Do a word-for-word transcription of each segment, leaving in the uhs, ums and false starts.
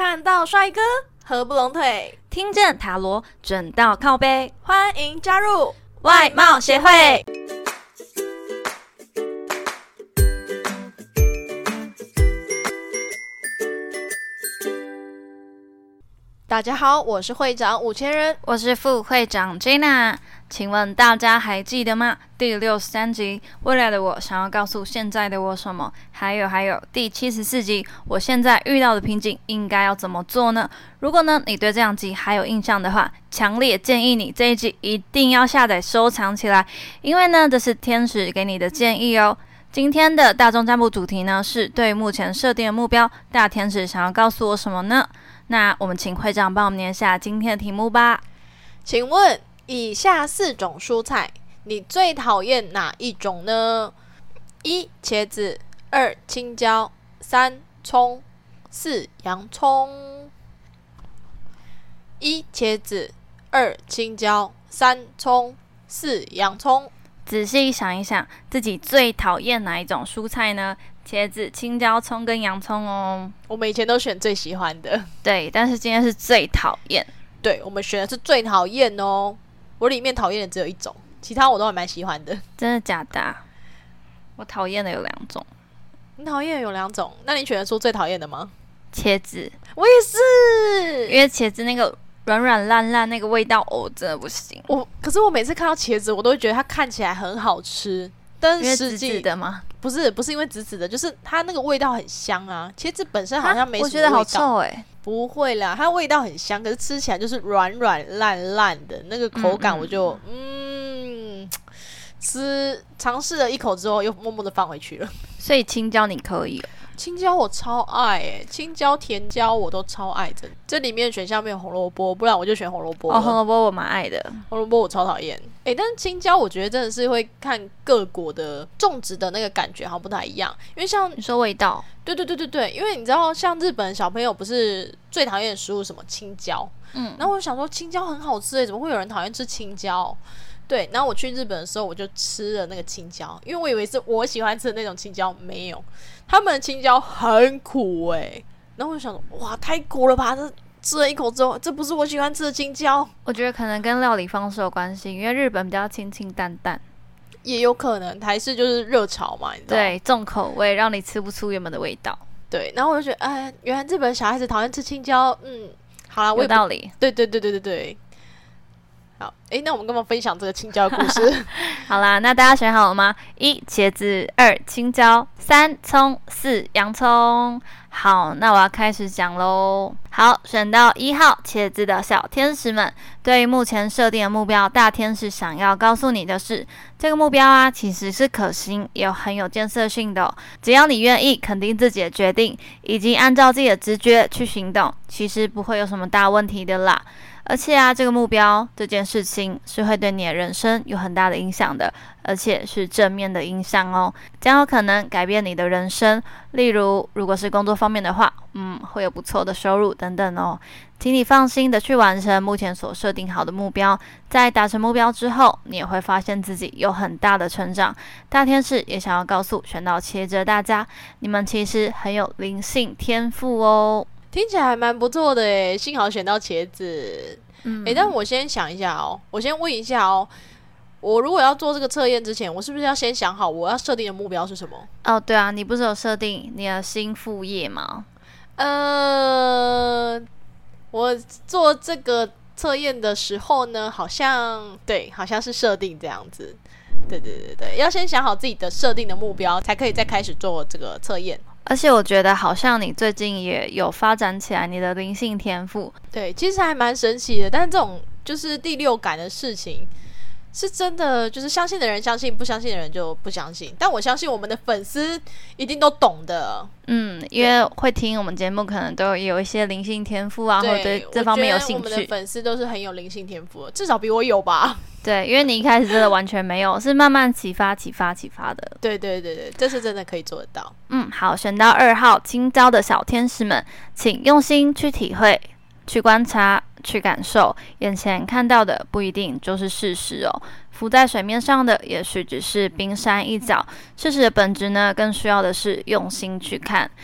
看到帅哥合不拢腿， 听见塔罗准到靠背， 欢迎加入外貌协会。 大家好，我是会长五千人， 我是副会长 Jenna。请问大家还记得吗？第六十三集，未来的我想要告诉现在的我什么？还有还有，第七十四集，我现在遇到的瓶颈应该要怎么做呢？如果呢你对这两集还有印象的话，强烈建议你这一集一定要下载收藏起来，因为呢这是天使给你的建议哦。今天的大众占卜主题呢是对目前设定的目标，大天使想要告诉我什么呢？那我们请会长帮我们念下今天的题目吧。 请问以下四种蔬菜，你最讨厌哪一种呢？一、茄子，二、青椒，三、葱，四、洋葱。一、茄子，二、青椒，三、葱，四、洋葱。 仔细想一想，自己最讨厌哪一种蔬菜呢？茄子、青椒、葱跟洋葱哦。 我们以前都选最喜欢的， 对，但是今天是最讨厌。 对，我们选的是最讨厌哦。我里面讨厌的只有一种，其他我都还蛮喜欢的。 真的假的啊？我讨厌的有两种。 你讨厌有两种，那你选得出最讨厌的吗？ 茄子， 我也是， 因为茄子那个软软烂烂那个味道，哦，真的不行。 我可是我每次看到茄子，我都会觉得它看起来很好吃，但是实际因为紫紫的吗？ 不是，不是因为紫紫的，就是它那个味道很香啊。茄子本身好像没什么味道， 我觉得好臭哎、欸。 不会啦，它味道很香，可是吃起来就是软软烂烂的那个口感，我就嗯, 嗯，吃尝试了一口之后，又默默的放回去了。 所以青椒你可以哦。 青椒我超爱诶、欸，青椒、甜椒我都超爱的。这里面选项没有红萝卜，不然我就选红萝卜。 哦，红萝卜我蛮爱的， 红萝卜我超讨厌。诶、欸，但是青椒我觉得真的是会看各国的种植的那个感觉好像不太一样，因为像你说味道， 对对对对对，因为你知道像日本小朋友不是最讨厌的食物什么青椒，嗯，然后我就想说青椒很好吃诶、欸，怎么会有人讨厌吃青椒？对，然后我去日本的时候，我就吃了那个青椒，因为我以为是我喜欢吃的那种青椒，没有，他们的青椒很苦哎、欸，然后我就想说，哇，太苦了吧！这吃了一口之后，这不是我喜欢吃的青椒。 我觉得可能跟料理方式有关系，因为日本比较清清淡淡， 也有可能台式就是热炒嘛，你知道吗？ 对，重口味，让你吃不出原本的味道。 对，然后我就觉得，哎，原来日本小孩子讨厌吃青椒，嗯，好啦，我有道理。 对对对对对对。好，诶，那我们干嘛分享这个青椒的故事？ 好啦，那大家选好了吗？一茄子，二青椒，三葱，四洋葱。好，那我要开始讲咯。好，选到一号茄子的小天使们，对于目前设定的目标，大天使想要告诉你的是，这个目标啊，其实是可行，也有很有建设性的哦。只要你愿意肯定自己的决定，以及按照自己的直觉去行动，其实不会有什么大问题的啦。而且啊，这个目标这件事情是会对你的人生有很大的影响的，而且是正面的影响哦，将有可能改变你的人生。例如，如果是工作方面的话，嗯，会有不错的收入等等哦。请你放心的去完成目前所设定好的目标，在达成目标之后，你也会发现自己有很大的成长。大天使也想要告诉选到茄子的大家，你们其实很有灵性天赋哦。 听起来还蛮不错的诶，幸好选到茄子。嗯，诶，但我先想一下哦，我先问一下哦，我如果要做这个测验之前，我是不是要先想好我要设定的目标是什么？ 哦，对啊，你不是有设定你的新副业吗？ 呃，我做这个测验的时候呢，好像对，好像是设定这样子。对对对对，要先想好自己的设定的目标，才可以再开始做这个测验。 而且我觉得好像你最近也有发展起来你的灵性天赋。 对，其实还蛮神奇的，但是这种就是第六感的事情是真的，就是相信的人相信，不相信的人就不相信。但我相信我们的粉丝一定都懂的。 嗯，因为会听我们节目，可能都有一些灵性天赋啊，或者对这方面有兴趣。 我们的粉丝都是很有灵性天赋的，至少比我有吧。 对，因为你一开始真的完全没有，是慢慢启发、启发、启发的。 对对对对，这是真的可以做得到。 嗯，好，选到二号青椒的小天使们，请用心去体会、去观察、去感受，眼前看到的不一定就是事实哦。浮在水面上的也许只是冰山一角，事实的本质呢，更需要的是用心去看。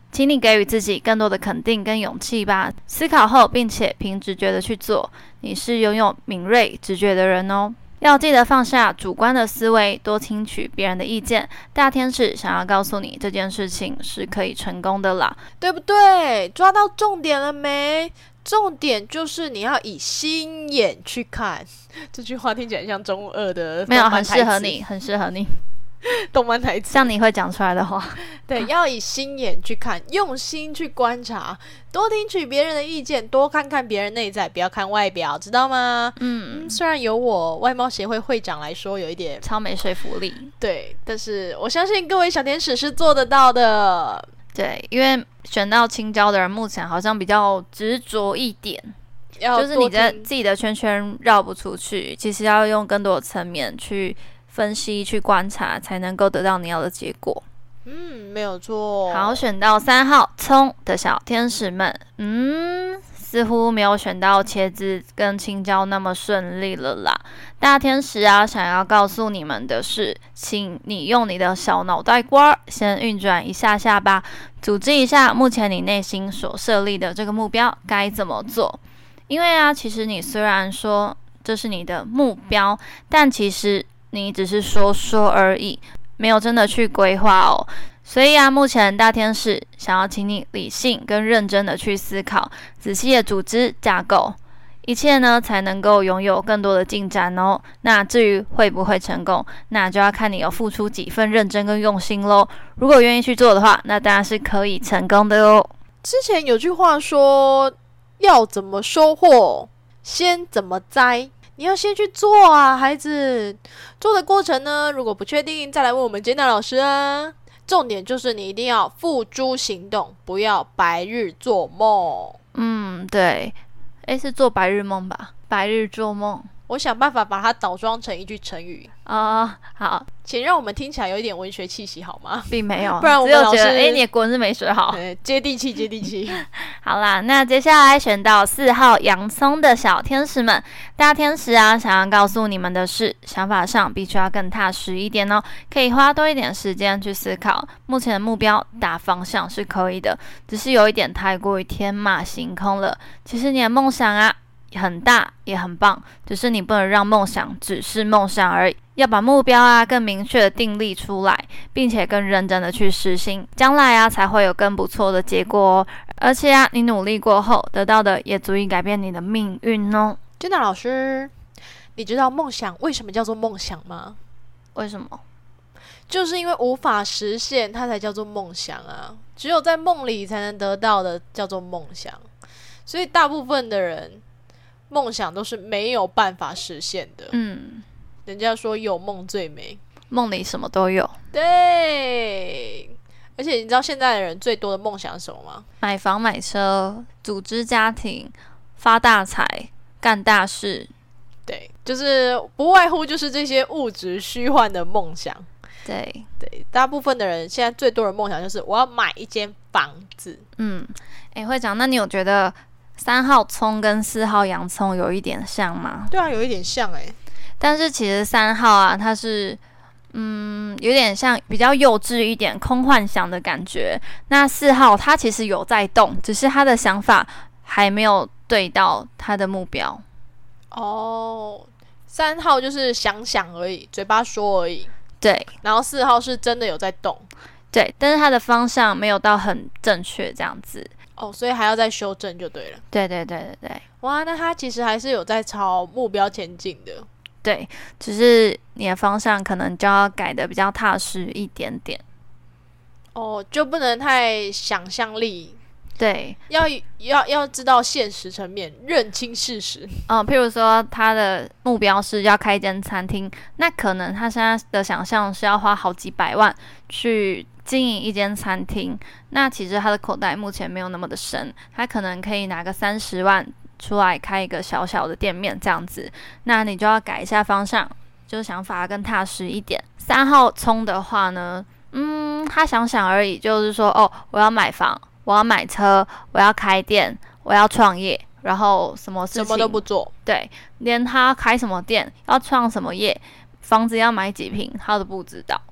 请你给予自己更多的肯定跟勇气吧。思考后，并且凭直觉的去做，你是拥有敏锐直觉的人哦。要记得放下主观的思维，多听取别人的意见。大天使想要告诉你，这件事情是可以成功的啦， 对不对？抓到重点了没？重点就是你要以心眼去看。这句话听起来像中二的没有，很适合你，很适合你。 动漫台词， 像你会讲出来的话， 对，要以心眼去看，用心去观察，多听取别人的意见，多看看别人内在，不要看外表，知道吗？嗯, 嗯虽然由我外貌协会会长来说有一点超没说服力， 对，但是我相信各位小天使是做得到的。 对，因为选到青椒的人目前好像比较执着一点，就是你在自己的圈圈绕不出去，其实要用更多的层面去分析去观察，才能够得到你要的结果。 嗯，没有错。 好，选到三号葱的小天使们，嗯，似乎没有选到茄子跟青椒那么顺利了啦。大天使啊，想要告诉你们的是，请你用你的小脑袋瓜先运转一下下吧，组织一下目前你内心所设立的这个目标该怎么做。因为啊，其实你虽然说这是你的目标，但其实你只是说说而已，没有真的去规划哦。所以啊，目前大天使想要请你理性跟认真的去思考，仔细的组织架构，一切呢才能够拥有更多的进展哦。那至于会不会成功，那就要看你有付出几分认真跟用心咯。如果愿意去做的话，那当然是可以成功的哦。 之前有句话说，要怎么收获，先怎么栽。你要先去做啊，孩子。做的过程呢，如果不确定，再来问我们杰娜老师啊。重点就是你一定要付诸行动，不要白日做梦。 嗯，对，诶，是做白日梦吧？白日做梦， 我想办法把它倒装成一句成语啊、呃。好， 请让我们听起来有一点文学气息好吗？ 并没有， 不然我们老师只有觉得，诶，你的国文是没学好。 接地气，接地气。 好啦，那接下来选到四号洋葱的小天使们，大天使啊，想要告诉你们的是，想法上必须要更踏实一点哦，可以花多一点时间去思考。目前的目标大方向是可以的，只是有一点太过于天马行空了。其实你的梦想啊，很大也很棒，只是你不能让梦想只是梦想而已，要把目标啊更明确的定立出来，并且更认真的去实行，将来啊才会有更不错的结果哦。而且啊，你努力过后得到的也足以改变你的命运哦。 真的老师，你知道梦想为什么叫做梦想吗？ 为什么？ 就是因为无法实现，它才叫做梦想啊。只有在梦里才能得到的叫做梦想，所以大部分的人梦想都是没有办法实现的。嗯，人家说有梦最美， 梦里什么都有。 对，而且你知道现在的人最多的梦想是什么吗？ 买房买车，组织家庭，发大财，干大事。 对，就是不外乎就是这些物质虚幻的梦想。 对对，大部分的人现在最多的梦想就是我要买一间房子。 嗯，诶，会长，那你有觉得三号葱跟四号洋葱有一点像吗？ 对啊，有一点像诶、欸。 但是其实三号啊，它是嗯有点像比较幼稚一点，空幻想的感觉。那四号它其实有在动，只是他的想法还没有对到他的目标。 哦，三号就是想想而已，嘴巴说而已。 对， 然后四号是真的有在动。 对，但是他的方向没有到很正确这样子。 哦，所以还要再修正就对了。 对对对对对。 哇，那他其实还是有在朝目标前进的。 对，只是你的方向可能就要改的比较踏实一点点。 哦，就不能太想象力。 对， 要要要知道现实层面，认清事实。 嗯，譬如说他的目标是要开一间餐厅，那可能他现在的想象是要花好几百万去经营一间餐厅，那其实他的口袋目前没有那么的深，他可能可以拿个三十万出来开一个小小的店面这样子，那你就要改一下方向，就是想法更踏实一点。三号葱的话呢，嗯，他想想而已，就是说哦，我要买房，我要买车，我要开店，我要创业，然后什么事情什么都不做。 对，连他开什么店，要创什么业，房子要买几坪，他都不知道。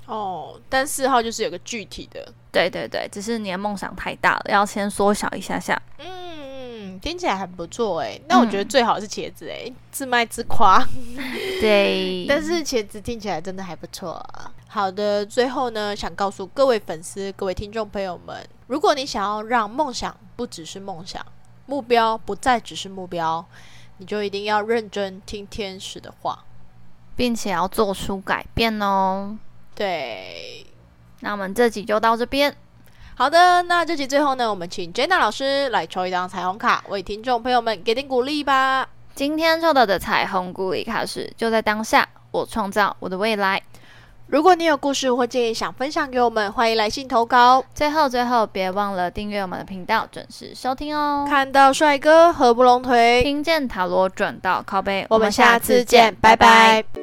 哦，但四号就是有个具体的。 对对对，只是你的梦想太大了，要先缩小一下下。 嗯，听起来还不错哎。那我觉得最好是茄子哎，自卖自夸。 对， 但是茄子听起来真的还不错啊。好的，最后呢，想告诉各位粉丝、各位听众朋友们，如果你想要让梦想不只是梦想，目标不再只是目标，你就一定要认真听天使的话， 并且要做出改变哦。 对， 那我们这集就到这边。 好的，那这集最后呢，我们请 Jenna 老师来抽一张彩虹卡，为听众朋友们给点鼓励吧。 今天抽到的彩虹鼓励卡是：就在当下，我创造我的未来。 如果你有故事或建议想分享给我们，欢迎来信投稿。 最后最后，别忘了订阅我们的频道，准时收听哦。 看到帅哥合不拢腿， 听见塔罗准到靠背， 我们下次见，拜拜。